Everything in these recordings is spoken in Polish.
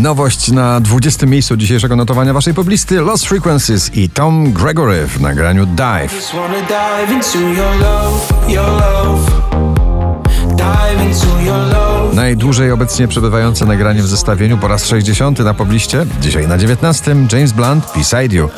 Nowość na 20. miejscu dzisiejszego notowania waszej poblisty: Lost Frequencies i Tom Gregory w nagraniu Dive. Najdłużej obecnie przebywające nagranie w zestawieniu po raz 60. na pobliście. Dzisiaj na 19. James Blunt, Beside You.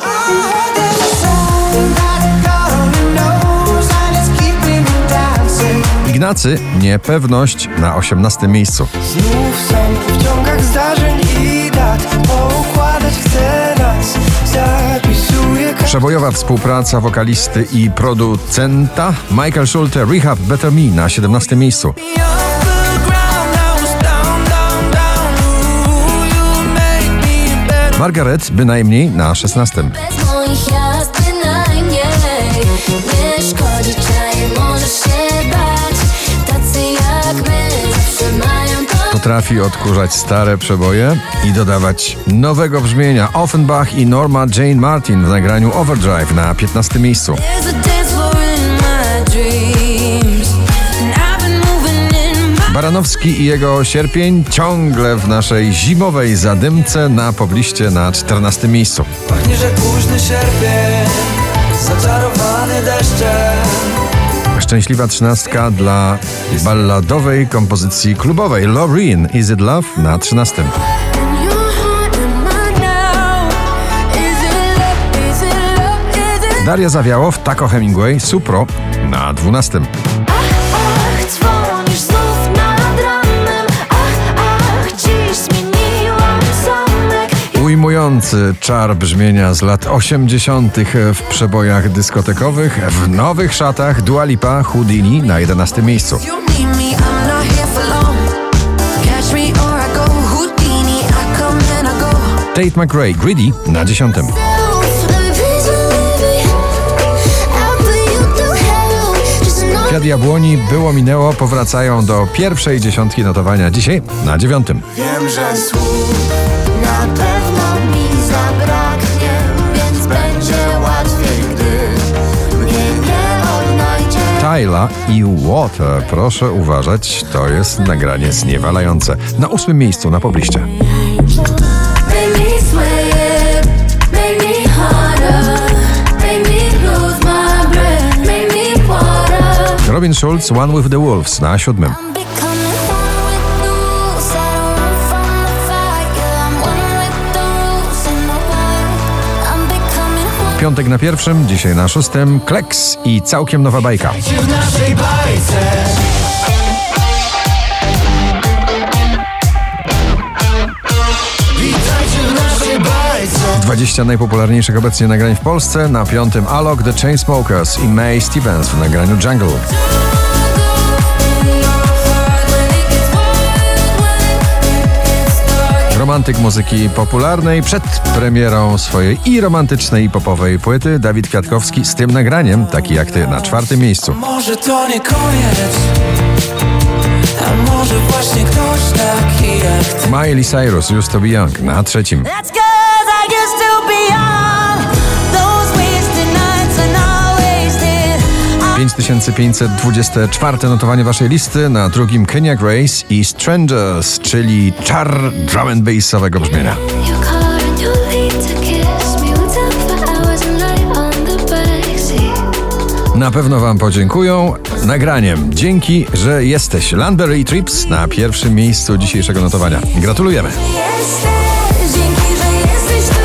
Ignacy, Niepewność na 18. miejscu. Znów są w ciągach zdarzeń i dat, poukładać chcę nas, zapisuję. Przebojowa współpraca wokalisty i producenta Michael Schulte, Rehab, Better Me na 17. miejscu. Margaret, Bynajmniej na 16. Potrafi odkurzać stare przeboje i dodawać nowego brzmienia. Offenbach i Norma Jane Martin w nagraniu Overdrive na 15. miejscu. Baranowski i jego Sierpień ciągle w naszej zimowej zadymce na pobliście na 14. miejscu. Pachnie, że późny sierpień, zaczarowany deszczem. Szczęśliwa 13 dla balladowej kompozycji klubowej Loreen, Is It Love na 13. Daria Zawiałow, Taco Hemingway, Supro na 12. Ujmujący czar brzmienia z lat 80. w przebojach dyskotekowych, w nowych szatach Dua Lipa, Houdini na 11. miejscu. Tate McRae, Greedy na 10. Kwiat Jabłoni, Było minęło powracają do pierwszej dziesiątki notowania. Dzisiaj na 9. Wiem, że słów na pewno mi zabraknie, więc będzie łatwiej, gdy mnie nie odnajdzie. Tyla i Water, proszę uważać, to jest nagranie zniewalające. Na 8. miejscu na pobliście. Robin Schulz, One with the Wolves na 7. Piątek na 1, dzisiaj na 6. Kleks i Całkiem nowa bajka. W naszej bajce. 20 najpopularniejszych obecnie nagrań w Polsce. Na 5. Alok, The Chainsmokers i Mae Stevens w nagraniu Jungle. Romantyk muzyki popularnej przed premierą swojej i romantycznej, i popowej płyty Dawid Kwiatkowski z tym nagraniem, Taki jak ty, na 4. miejscu. Może to nie koniec, a może właśnie ktoś taki jak ty. Miley Cyrus, Used to be Young na 3. 5524 notowanie waszej listy, na 2. Kenya Grace i Strangers, czyli czar drum and bassowego brzmienia. Na pewno wam podziękują nagraniem. Dzięki, że jesteś. Landberry i Trips na 1. miejscu dzisiejszego notowania. Gratulujemy. Dzięki, że jesteś tu.